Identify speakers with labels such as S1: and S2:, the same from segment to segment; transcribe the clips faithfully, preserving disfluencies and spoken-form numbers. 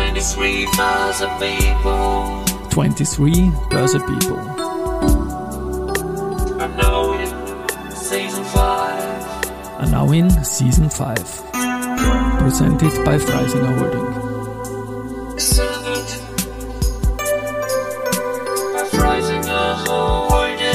S1: twenty-three Börse People.
S2: twenty-three Börse People.
S1: And now in season five.
S2: And now in season five. Presented by Freisinger Holding.
S1: Presented by Freisinger Holding.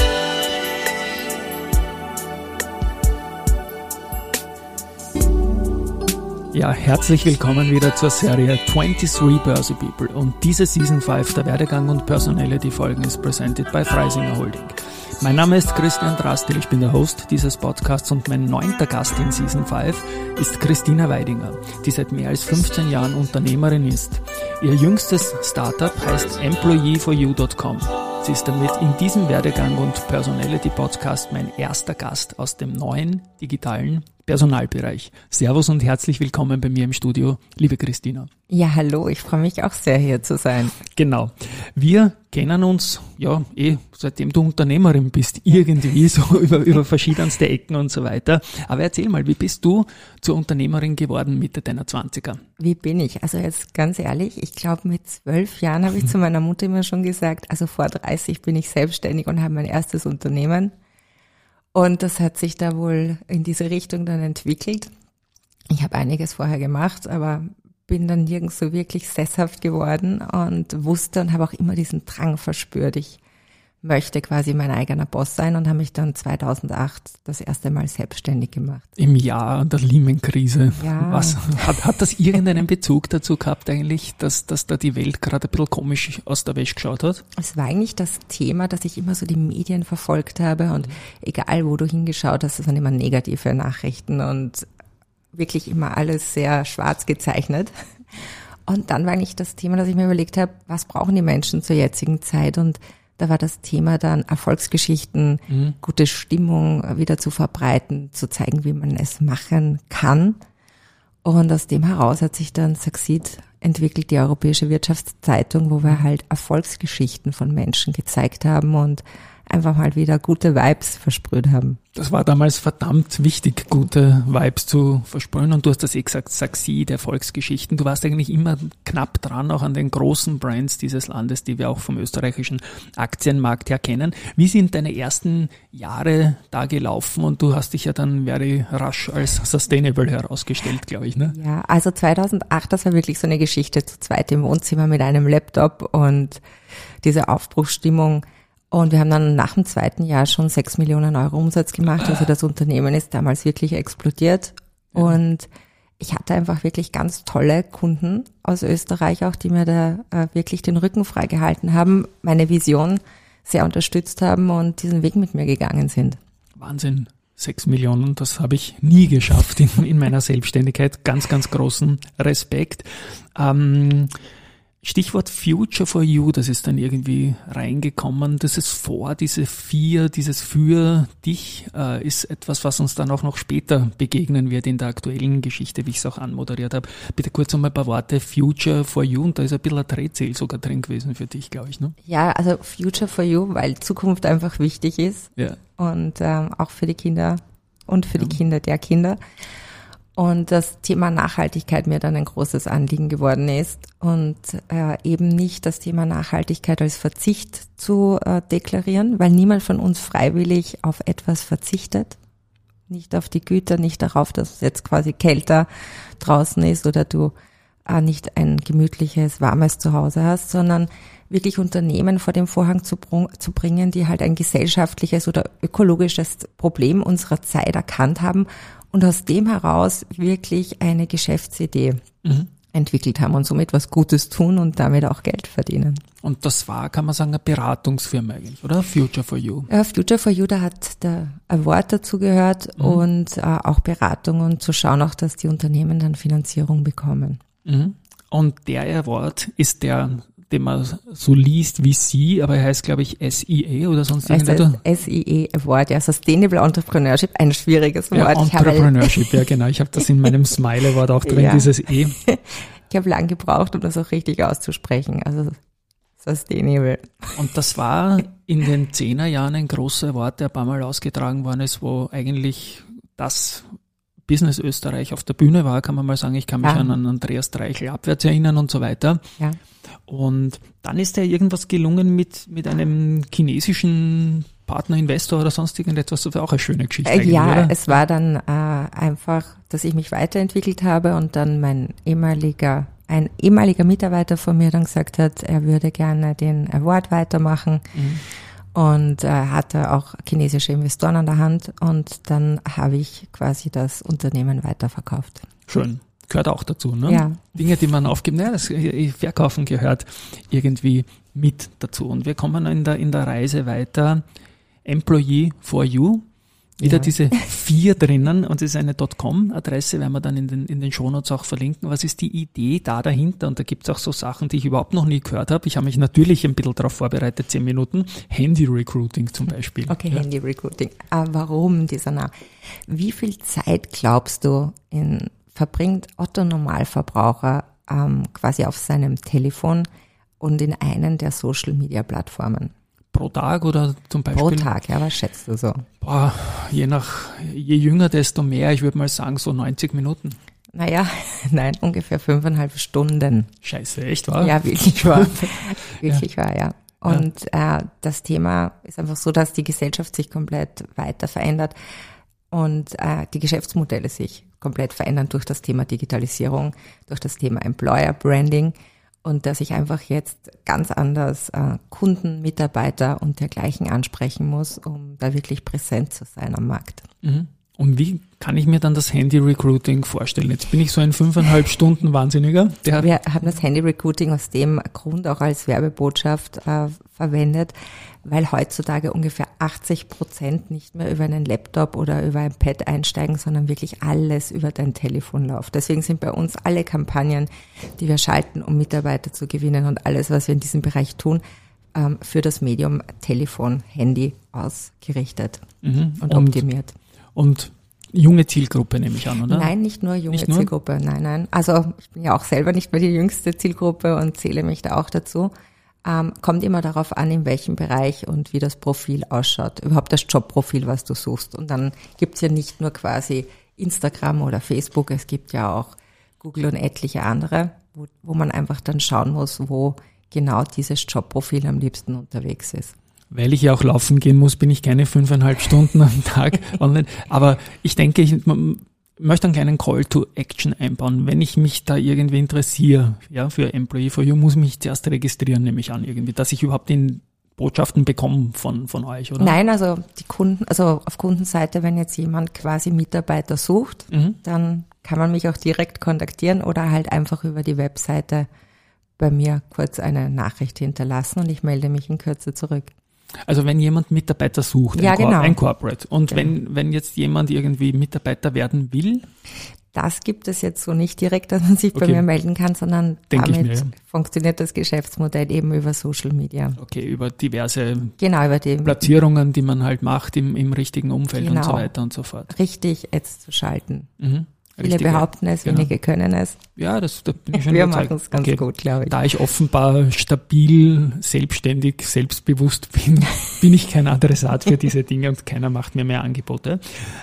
S2: Ja, herzlich willkommen wieder zur Serie twenty-three Börse People. Und diese Season five der Werdegang und Personality Folgen ist presented by Freisinger Holding. Mein Name ist Christian Drastil, ich bin der Host dieses Podcasts und mein neunter Gast in Season five ist Christina Weidinger, die seit mehr als fünfzehn Jahren Unternehmerin ist. Ihr jüngstes Startup heißt employee for you dot com. Sie ist damit in diesem Werdegang und Personality Podcast mein erster Gast aus dem neuen digitalen Personalbereich. Servus und herzlich willkommen bei mir im Studio, liebe Christina.
S3: Ja, hallo, ich freue mich auch sehr, hier zu sein.
S2: Genau. Wir kennen uns, ja, eh, seitdem du Unternehmerin bist, irgendwie so über, über verschiedenste Ecken und so weiter. Aber erzähl mal, wie bist du zur Unternehmerin geworden Mitte deiner Zwanziger?
S3: Wie bin ich? Also jetzt ganz ehrlich, ich glaube mit zwölf Jahren habe ich zu meiner Mutter immer schon gesagt, also vor dreißig bin ich selbstständig und habe mein erstes Unternehmen. Und das hat sich da wohl in diese Richtung dann entwickelt. Ich habe einiges vorher gemacht, aber bin dann nirgends so wirklich sesshaft geworden und wusste und habe auch immer diesen Drang verspürt. Ich möchte quasi mein eigener Boss sein und habe mich dann zweitausendacht das erste Mal selbstständig gemacht.
S2: Im Jahr der Lehman-Krise.
S3: Ja.
S2: Was, hat, hat das irgendeinen Bezug dazu gehabt eigentlich, dass, dass da die Welt gerade ein bisschen komisch aus der Wäsche geschaut hat?
S3: Es war eigentlich das Thema, dass ich immer so die Medien verfolgt habe und egal wo du hingeschaut hast, es waren immer negative Nachrichten und wirklich immer alles sehr schwarz gezeichnet. Und dann war eigentlich das Thema, dass ich mir überlegt habe, was brauchen die Menschen zur jetzigen Zeit? Und da war das Thema dann Erfolgsgeschichten, mhm. gute Stimmung wieder zu verbreiten, zu zeigen, wie man es machen kann. Und aus dem heraus hat sich dann Succeed entwickelt, die Europäische Wirtschaftszeitung, wo wir halt Erfolgsgeschichten von Menschen gezeigt haben und einfach mal wieder gute Vibes versprüht haben.
S2: Das war damals verdammt wichtig, gute Vibes zu versprühen. Und du hast das eh gesagt, Succeed, Erfolgsgeschichten. Du warst eigentlich immer knapp dran, auch an den großen Brands dieses Landes, die wir auch vom österreichischen Aktienmarkt her kennen. Wie sind deine ersten Jahre da gelaufen? Und du hast dich ja dann very rasch als sustainable herausgestellt, glaube ich, ne?
S3: Ja, also zweitausendacht, das war wirklich so eine Geschichte, zu zweit im Wohnzimmer mit einem Laptop und diese Aufbruchsstimmung. Und wir haben dann nach dem zweiten Jahr schon sechs Millionen Euro Umsatz gemacht. Also das Unternehmen ist damals wirklich explodiert. Ja. Und ich hatte einfach wirklich ganz tolle Kunden aus Österreich auch, die mir da äh, wirklich den Rücken freigehalten haben, meine Vision sehr unterstützt haben und diesen Weg mit mir gegangen sind.
S2: Wahnsinn. Sechs Millionen, das habe ich nie geschafft in, in meiner Selbstständigkeit. Ganz, ganz großen Respekt. Ähm, Stichwort Future for You, das ist dann irgendwie reingekommen. Das ist vor, diese vier, dieses für dich äh, ist etwas, was uns dann auch noch später begegnen wird in der aktuellen Geschichte, wie ich es auch anmoderiert habe. Bitte kurz einmal ein paar Worte. Future for You, und da ist ein bisschen ein Drehzähl sogar drin gewesen für dich, glaube ich, ne?
S3: Ja, also Future for You, weil Zukunft einfach wichtig ist. Ja. Und ähm, auch für die Kinder und für ja. die Kinder der Kinder. Und das Thema Nachhaltigkeit mir dann ein großes Anliegen geworden ist und äh, eben nicht das Thema Nachhaltigkeit als Verzicht zu äh, deklarieren, weil niemand von uns freiwillig auf etwas verzichtet. Nicht auf die Güter, nicht darauf, dass es jetzt quasi kälter draußen ist oder du äh, nicht ein gemütliches, warmes Zuhause hast, sondern wirklich Unternehmen vor den Vorhang zu, zu bringen, die halt ein gesellschaftliches oder ökologisches Problem unserer Zeit erkannt haben und aus dem heraus wirklich eine Geschäftsidee mhm. entwickelt haben und somit was Gutes tun und damit auch Geld verdienen.
S2: Und das war, kann man sagen, eine Beratungsfirma eigentlich, oder? Future for You.
S3: Ja, Future for You, da hat der Award dazu gehört mhm. und äh, auch Beratung und zu schauen auch, dass die Unternehmen dann Finanzierung bekommen.
S2: Mhm. Und der Award ist der, den man so liest wie Sie, aber er heißt, glaube ich, S I A oder sonst irgendwas.
S3: S I A Award, ja, Sustainable Entrepreneurship, ein schwieriges Wort.
S2: Ja, Entrepreneurship, ja genau. Ich habe das in meinem Smile Award auch drin, ja. Dieses E.
S3: Ich habe lang gebraucht, um das auch richtig auszusprechen. Also Sustainable.
S2: Und das war in den Zehnerjahren ein großer Award, der ein paar Mal ausgetragen worden ist, wo eigentlich das Business Österreich auf der Bühne war, kann man mal sagen, ich kann mich ja. an Andreas Dreichel abwärts erinnern und so weiter.
S3: Ja.
S2: Und dann ist ja irgendwas gelungen mit, mit einem chinesischen Partner, Investor oder sonst irgendetwas, das war auch eine schöne Geschichte.
S3: Äh, ja,
S2: oder?
S3: Es war dann äh, einfach, dass ich mich weiterentwickelt habe und dann mein ehemaliger, ein ehemaliger Mitarbeiter von mir dann gesagt hat, er würde gerne den Award weitermachen. Mhm. Und äh, hatte auch chinesische Investoren an der Hand und dann habe ich quasi das Unternehmen weiterverkauft.
S2: Schön. Gehört auch dazu, ne?
S3: Ja.
S2: Dinge, die man aufgibt, naja, das Verkaufen gehört irgendwie mit dazu. Und wir kommen in der, in der Reise weiter. Employee for You. Wieder ja. diese vier drinnen und es ist eine .com-Adresse, werden wir dann in den, in den Shownotes auch verlinken. Was ist die Idee da dahinter? Und da gibt es auch so Sachen, die ich überhaupt noch nie gehört habe. Ich habe mich natürlich ein bisschen darauf vorbereitet, zehn Minuten. Handy-Recruiting zum Beispiel.
S3: Okay,
S2: ja.
S3: Handy-Recruiting. Aber warum dieser Name? Wie viel Zeit, glaubst du, in, verbringt Otto-Normalverbraucher ähm, quasi auf seinem Telefon und in einen der Social-Media-Plattformen?
S2: Pro Tag oder zum Beispiel?
S3: Pro Tag, ja, was schätzt du so?
S2: Boah, je nach, je jünger, desto mehr. Ich würde mal sagen, so neunzig Minuten.
S3: Naja, nein, ungefähr fünfeinhalb Stunden.
S2: Scheiße, echt wahr?
S3: Ja, wirklich wahr. wirklich ja. wahr, ja. Und ja. Äh, das Thema ist einfach so, dass die Gesellschaft sich komplett weiter verändert und äh, die Geschäftsmodelle sich komplett verändern durch das Thema Digitalisierung, durch das Thema Employer Branding. Und dass ich einfach jetzt ganz anders äh, Kunden, Mitarbeiter und dergleichen ansprechen muss, um da wirklich präsent zu sein am Markt.
S2: Mhm. Und wie kann ich mir dann das Handy-Recruiting vorstellen? Jetzt bin ich so ein fünfeinhalb Stunden Wahnsinniger. Der
S3: Wir haben das Handy-Recruiting aus dem Grund auch als Werbebotschaft äh, verwendet, weil heutzutage ungefähr achtzig Prozent nicht mehr über einen Laptop oder über ein Pad einsteigen, sondern wirklich alles über dein Telefon läuft. Deswegen sind bei uns alle Kampagnen, die wir schalten, um Mitarbeiter zu gewinnen und alles, was wir in diesem Bereich tun, ähm, für das Medium Telefon, Handy ausgerichtet mhm. und, und optimiert.
S2: Und junge Zielgruppe nehme ich an, oder?
S3: Nein, nicht nur junge
S2: nicht nur?
S3: Zielgruppe, nein, nein. Also ich bin ja auch selber nicht mehr die jüngste Zielgruppe und zähle mich da auch dazu. Ähm, kommt immer darauf an, in welchem Bereich und wie das Profil ausschaut. Überhaupt das Jobprofil, was du suchst. Und dann gibt's ja nicht nur quasi Instagram oder Facebook, es gibt ja auch Google und etliche andere, wo, wo man einfach dann schauen muss, wo genau dieses Jobprofil am liebsten unterwegs ist.
S2: Weil ich ja auch laufen gehen muss, bin ich keine fünfeinhalb Stunden am Tag online. Aber ich denke, ich möchte einen kleinen Call to Action einbauen. Wenn ich mich da irgendwie interessiere, ja, für Employee for You, muss ich mich zuerst registrieren, nehme ich an, irgendwie, dass ich überhaupt den Botschaften bekomme von, von euch, oder?
S3: Nein, also die Kunden, also auf Kundenseite, wenn jetzt jemand quasi Mitarbeiter sucht, mhm. dann kann man mich auch direkt kontaktieren oder halt einfach über die Webseite bei mir kurz eine Nachricht hinterlassen und ich melde mich in Kürze zurück.
S2: Also wenn jemand Mitarbeiter sucht,
S3: ja,
S2: ein,
S3: genau.
S2: ein Corporate. Und
S3: genau.
S2: wenn wenn jetzt jemand irgendwie Mitarbeiter werden will?
S3: Das gibt es jetzt so nicht direkt, dass man sich okay. bei mir melden kann, sondern
S2: Denk
S3: damit
S2: mir, ja.
S3: funktioniert das Geschäftsmodell eben über Social Media.
S2: Okay, über diverse
S3: genau, über die
S2: Platzierungen, die man halt macht im, im richtigen Umfeld
S3: genau.
S2: und so weiter und so fort.
S3: Richtig Ads zu schalten.
S2: Mhm.
S3: Viele
S2: Richtig,
S3: behaupten es,
S2: genau.
S3: wenige können es.
S2: Ja, das da bin ich schon
S3: Wir
S2: überzeugt.
S3: machen es ganz
S2: okay.
S3: gut, glaube ich.
S2: Da ich offenbar stabil, selbstständig, selbstbewusst bin, bin ich kein Adressat für diese Dinge und keiner macht mir mehr Angebote.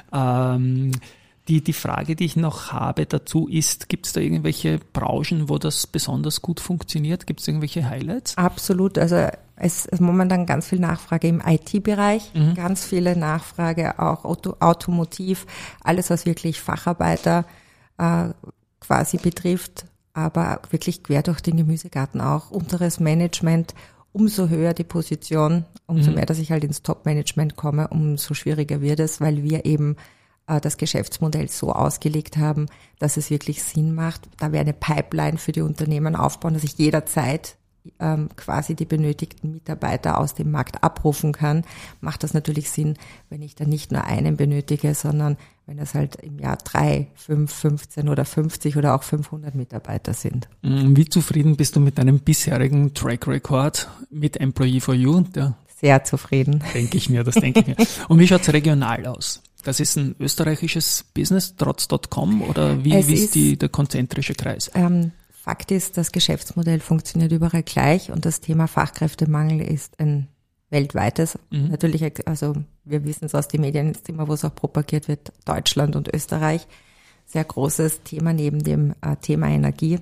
S2: Ähm, die, die Frage, die ich noch habe dazu ist, gibt es da irgendwelche Branchen, wo das besonders gut funktioniert? Gibt es irgendwelche Highlights?
S3: Absolut. Also es ist momentan ganz viel Nachfrage im I T-Bereich, mhm. ganz viele Nachfrage auch Auto, Automotiv, alles was wirklich Facharbeiter äh, quasi betrifft, aber wirklich quer durch den Gemüsegarten auch. Unteres Management, umso höher die Position, umso mhm. mehr, dass ich halt ins Top-Management komme, umso schwieriger wird es, weil wir eben äh, das Geschäftsmodell so ausgelegt haben, dass es wirklich Sinn macht, da wir eine Pipeline für die Unternehmen aufbauen, dass ich jederzeit ähm, quasi die benötigten Mitarbeiter aus dem Markt abrufen kann, macht das natürlich Sinn, wenn ich dann nicht nur einen benötige, sondern wenn es halt im Jahr drei, fünf, fünfzehn oder fünfzig oder auch fünfhundert Mitarbeiter sind.
S2: Wie zufrieden bist du mit deinem bisherigen Track Record mit Employee for You? Der
S3: Sehr zufrieden.
S2: Denke ich mir, das denke ich mir. Und wie schaut's regional aus? Das ist ein österreichisches Business, trotz Punkt com, oder wie, wie ist, ist die, der konzentrische Kreis?
S3: Ähm, Fakt ist, das Geschäftsmodell funktioniert überall gleich und das Thema Fachkräftemangel ist ein weltweites. Mhm. Natürlich, also wir wissen es aus den Medien, ist immer, wo es auch propagiert wird, Deutschland und Österreich. sehr großes Thema neben dem äh, Thema Energie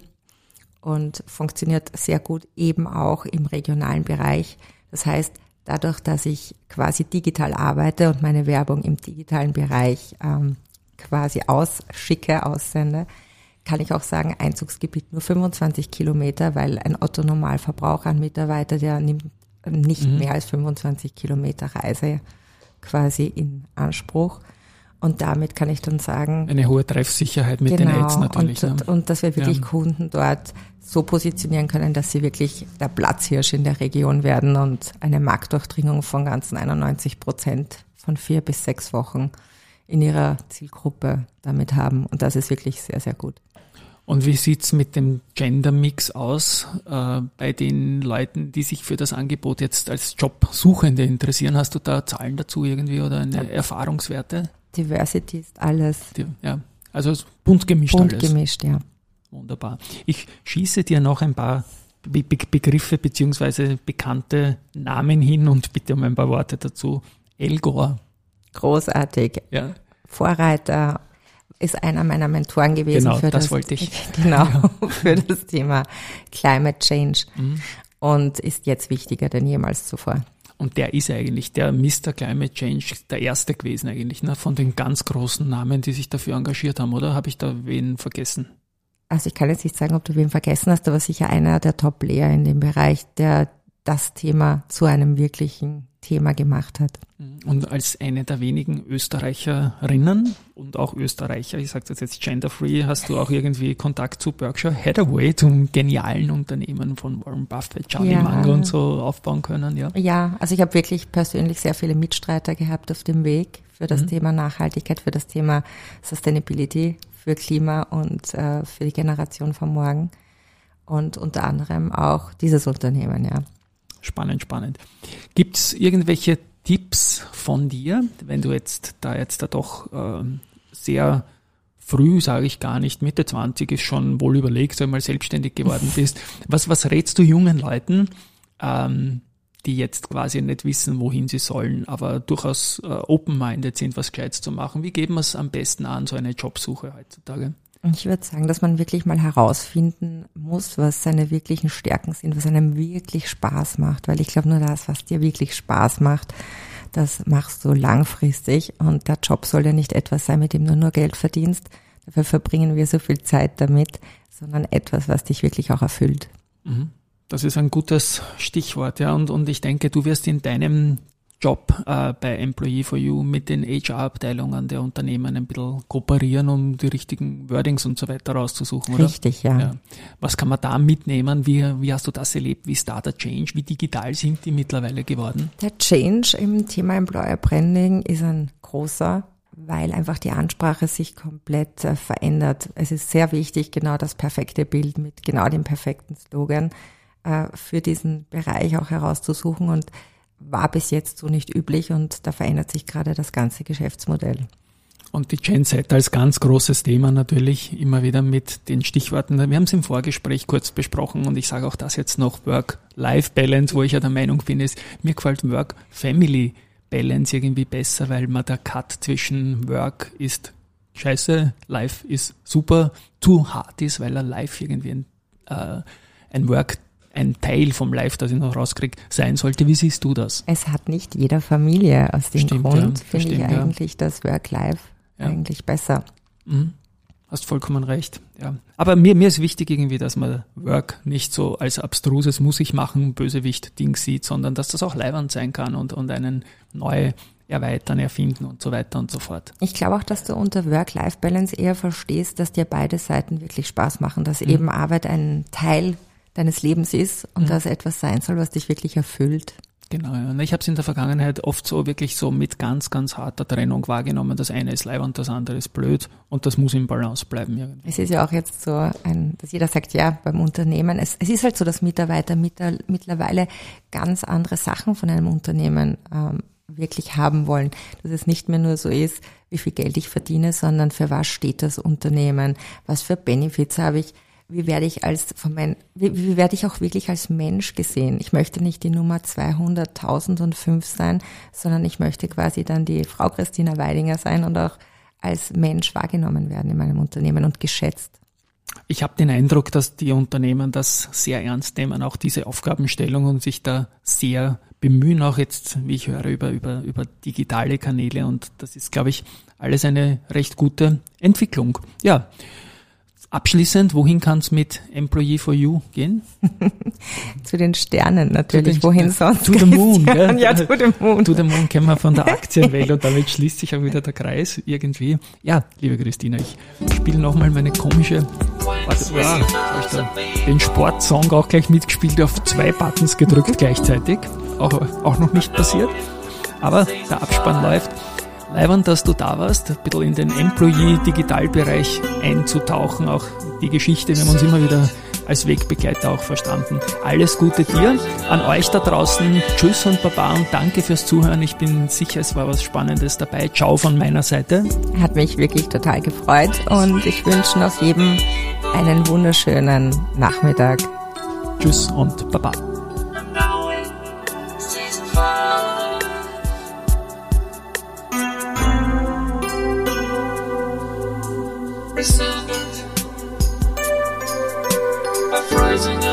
S3: und funktioniert sehr gut eben auch im regionalen Bereich. Das heißt, dadurch, dass ich quasi digital arbeite und meine Werbung im digitalen Bereich ähm, quasi ausschicke, aussende, kann ich auch sagen, Einzugsgebiet nur fünfundzwanzig Kilometer, weil ein Otto-Normalverbraucher, ein Mitarbeiter, der nimmt nicht mhm. mehr als fünfundzwanzig Kilometer Reise quasi in Anspruch. Und damit kann ich dann sagen...
S2: Eine hohe Treffsicherheit mit
S3: genau,
S2: den Ads natürlich.
S3: Und,
S2: ne?
S3: und dass wir wirklich
S2: ja.
S3: Kunden dort so positionieren können, dass sie wirklich der Platzhirsch in der Region werden und eine Marktdurchdringung von ganzen einundneunzig Prozent von vier bis sechs Wochen in ihrer Zielgruppe damit haben. Und das ist wirklich sehr, sehr gut.
S2: Und wie sieht's mit dem Gender-Mix aus äh, bei den Leuten, die sich für das Angebot jetzt als Jobsuchende interessieren? Hast du da Zahlen dazu irgendwie oder eine ja. Erfahrungswerte?
S3: Diversity ist alles.
S2: Die, ja, also bunt gemischt
S3: bunt
S2: alles.
S3: Bunt gemischt, ja.
S2: Wunderbar. Ich schieße dir noch ein paar Be- Be- Begriffe beziehungsweise bekannte Namen hin und bitte um ein paar Worte dazu. Al Gore.
S3: Großartig.
S2: Ja.
S3: Vorreiter. Ist einer meiner Mentoren gewesen
S2: genau,
S3: für
S2: das,
S3: das,
S2: wollte ich.
S3: Genau,
S2: ja.
S3: für das Thema Climate Change
S2: mhm.
S3: und ist jetzt wichtiger denn jemals zuvor.
S2: Und der ist eigentlich der Mister Climate Change, der erste gewesen eigentlich, ne, von den ganz großen Namen, die sich dafür engagiert haben, oder? Habe ich da wen vergessen?
S3: Also ich kann jetzt nicht sagen, ob du wen vergessen hast, aber sicher einer der Top-Player in dem Bereich, der das Thema zu einem wirklichen Thema gemacht hat.
S2: Und als eine der wenigen Österreicherinnen und auch Österreicher, ich sage das jetzt gender-free, hast du auch irgendwie Kontakt zu Berkshire Hathaway, zum genialen Unternehmen von Warren Buffett, Charlie
S3: ja.
S2: Munger und so aufbauen können, ja?
S3: Ja, also ich habe wirklich persönlich sehr viele Mitstreiter gehabt auf dem Weg für das mhm. Thema Nachhaltigkeit, für das Thema Sustainability, für Klima und äh, für die Generation von morgen und unter anderem auch dieses Unternehmen, ja.
S2: Spannend, spannend. Gibt es irgendwelche Tipps von dir, wenn du jetzt da jetzt da doch ähm, sehr früh, sage ich gar nicht, Mitte zwanzig ist schon wohl überlegt, so einmal selbstständig geworden bist. Was, was rätst du jungen Leuten, ähm, die jetzt quasi nicht wissen, wohin sie sollen, aber durchaus äh, open-minded sind, was Gescheites zu machen? Wie geben wir es am besten an, so eine Jobsuche heutzutage?
S3: Ich würde sagen, dass man wirklich mal herausfinden muss, was seine wirklichen Stärken sind, was einem wirklich Spaß macht, weil ich glaube, nur das, was dir wirklich Spaß macht, das machst du langfristig und der Job soll ja nicht etwas sein, mit dem du nur Geld verdienst, dafür verbringen wir so viel Zeit damit, sondern etwas, was dich wirklich auch erfüllt.
S2: Das ist ein gutes Stichwort, ja, und, und ich denke, du wirst in deinem Job äh, bei Employee for You mit den H R-Abteilungen der Unternehmen ein bisschen kooperieren, um die richtigen Wordings und so weiter rauszusuchen, oder?
S3: Richtig, ja.
S2: ja. Was kann man da mitnehmen? Wie, wie hast du das erlebt? Wie ist da der Change? Wie digital sind die mittlerweile geworden?
S3: Der Change im Thema Employer Branding ist ein großer, weil einfach die Ansprache sich komplett äh, verändert. Es ist sehr wichtig, genau das perfekte Bild mit genau dem perfekten Slogan äh, für diesen Bereich auch herauszusuchen und war bis jetzt so nicht üblich und da verändert sich gerade das ganze Geschäftsmodell.
S2: Und die Gen Z als ganz großes Thema natürlich immer wieder mit den Stichworten. Wir haben es im Vorgespräch kurz besprochen und ich sage auch das jetzt noch, Work-Life-Balance, wo ich ja der Meinung bin, ist, mir gefällt Work-Family-Balance irgendwie besser, weil man der Cut zwischen Work ist scheiße, Life ist super, too hard ist, weil er Life irgendwie ein, äh, ein Work ein Teil vom Life, das ich noch rauskriege, sein sollte. Wie siehst du das?
S3: Es hat nicht jeder Familie. Aus dem
S2: Stimmt,
S3: Grund
S2: ja,
S3: finde ich
S2: ja.
S3: eigentlich das Work-Life ja. eigentlich besser.
S2: Mhm. Hast vollkommen recht. Ja. Aber mir, mir ist wichtig irgendwie, dass man Work nicht so als abstruses muss ich machen, Bösewicht-Ding sieht, sondern dass das auch leiwand sein kann und, und einen neu erweitern, erfinden und so weiter und so fort.
S3: Ich glaube auch, dass du unter Work-Life-Balance eher verstehst, dass dir beide Seiten wirklich Spaß machen, dass mhm. eben Arbeit ein Teil deines Lebens ist und mhm. dass etwas sein soll, was dich wirklich erfüllt.
S2: Genau, ja. Ich habe es in der Vergangenheit oft so wirklich so mit ganz, ganz harter Trennung wahrgenommen. Das eine ist leiwand, das andere ist blöd und das muss im Balance bleiben. Irgendwie.
S3: Es ist ja auch jetzt so, ein, dass jeder sagt, ja, beim Unternehmen, es, es ist halt so, dass Mitarbeiter mit, mittlerweile ganz andere Sachen von einem Unternehmen ähm, wirklich haben wollen. Dass es nicht mehr nur so ist, wie viel Geld ich verdiene, sondern für was steht das Unternehmen, was für Benefits habe ich. Wie werde ich als von mein, wie, wie werde ich auch wirklich als Mensch gesehen? Ich möchte nicht die Nummer zweihunderttausendfünf sein, sondern ich möchte quasi dann die Frau Christina Weidinger sein und auch als Mensch wahrgenommen werden in meinem Unternehmen und geschätzt.
S2: Ich habe den Eindruck, dass die Unternehmen das sehr ernst nehmen, auch diese Aufgabenstellung und sich da sehr bemühen, auch jetzt, wie ich höre, über, über, über digitale Kanäle und das ist, glaube ich, alles eine recht gute Entwicklung. Ja, abschließend, wohin kann es mit Employee for You gehen?
S3: Zu den Sternen natürlich,
S2: den,
S3: wohin sonst?
S2: To the Moon, gell?
S3: Ja, to the Moon.
S2: To the Moon kennen wir von der Aktienwelt und damit schließt sich auch wieder der Kreis irgendwie. Ja, liebe Christina, ich spiele nochmal meine komische, warte, wow, hab ich da den Sportsong auch gleich mitgespielt, auf zwei Buttons gedrückt gleichzeitig, auch, auch noch nicht passiert, aber der Abspann läuft. Leibern, dass du da warst, ein bisschen in den Employee-Digitalbereich einzutauchen, auch die Geschichte, wir haben uns immer wieder als Wegbegleiter auch verstanden. Alles Gute dir, an euch da draußen, tschüss und Baba und danke fürs Zuhören. Ich bin sicher, es war was Spannendes dabei. Ciao von meiner Seite.
S3: Hat mich wirklich total gefreut und ich wünsche noch jedem einen wunderschönen Nachmittag.
S2: Tschüss und Baba.
S1: Rising